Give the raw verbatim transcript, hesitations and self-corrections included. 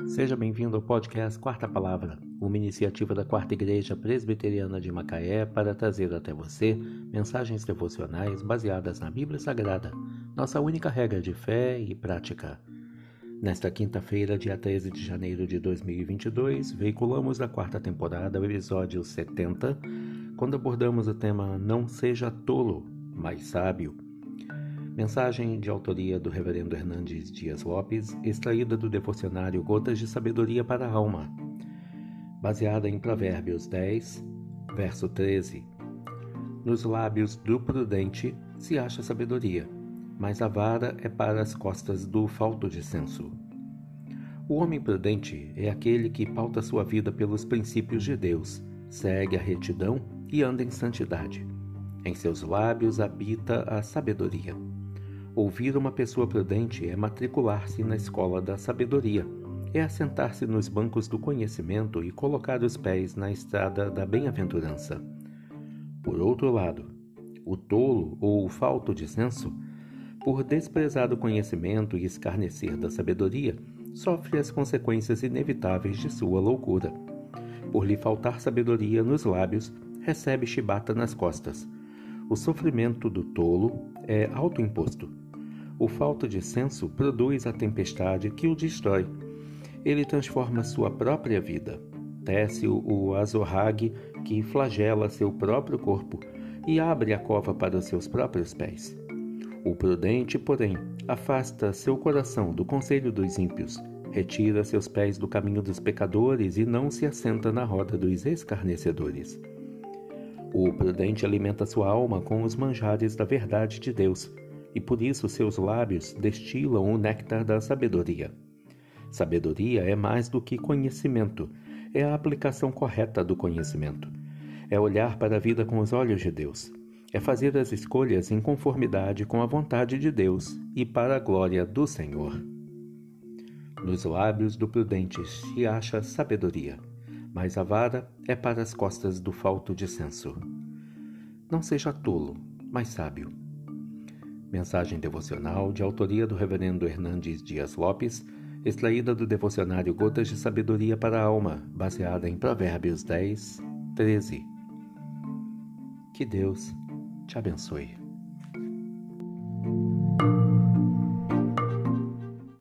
Seja bem-vindo ao podcast Quarta Palavra, uma iniciativa da Quarta Igreja Presbiteriana de Macaé para trazer até você mensagens devocionais baseadas na Bíblia Sagrada, nossa única regra de fé e prática. Nesta quinta-feira, dia treze de janeiro de dois mil e vinte e dois, veiculamos a quarta temporada, o episódio setenta, quando abordamos o tema Não Seja Tolo, mas Sábio. Mensagem de autoria do reverendo Hernandes Dias Lopes, extraída do devocionário Gotas de Sabedoria para a Alma, baseada em Provérbios dez, verso treze. Nos lábios do prudente se acha sabedoria, mas a vara é para as costas do falto de senso. O homem prudente é aquele que pauta sua vida pelos princípios de Deus, segue a retidão e anda em santidade. Em seus lábios habita a sabedoria. Ouvir uma pessoa prudente é matricular-se na escola da sabedoria, é assentar-se nos bancos do conhecimento e colocar os pés na estrada da bem-aventurança. Por outro lado, o tolo ou o falto de senso, por desprezar o conhecimento e escarnecer da sabedoria, sofre as consequências inevitáveis de sua loucura. Por lhe faltar sabedoria nos lábios, recebe chibata nas costas. O sofrimento do tolo é autoimposto. O falto de senso produz a tempestade que o destrói. Ele transforma sua própria vida, tece o azorrague que flagela seu próprio corpo e abre a cova para os seus próprios pés. O prudente, porém, afasta seu coração do conselho dos ímpios, retira seus pés do caminho dos pecadores e não se assenta na roda dos escarnecedores. O prudente alimenta sua alma com os manjares da verdade de Deus, e por isso seus lábios destilam o néctar da sabedoria. Sabedoria é mais do que conhecimento, é a aplicação correta do conhecimento. É olhar para a vida com os olhos de Deus. É fazer as escolhas em conformidade com a vontade de Deus e para a glória do Senhor. Nos lábios do prudente se acha sabedoria, mas a vara é para as costas do falto de senso. Não seja tolo, mas sábio. Mensagem devocional de autoria do reverendo Hernandes Dias Lopes, extraída do devocionário Gotas de Sabedoria para a Alma, baseada em Provérbios dez, treze. Que Deus te abençoe.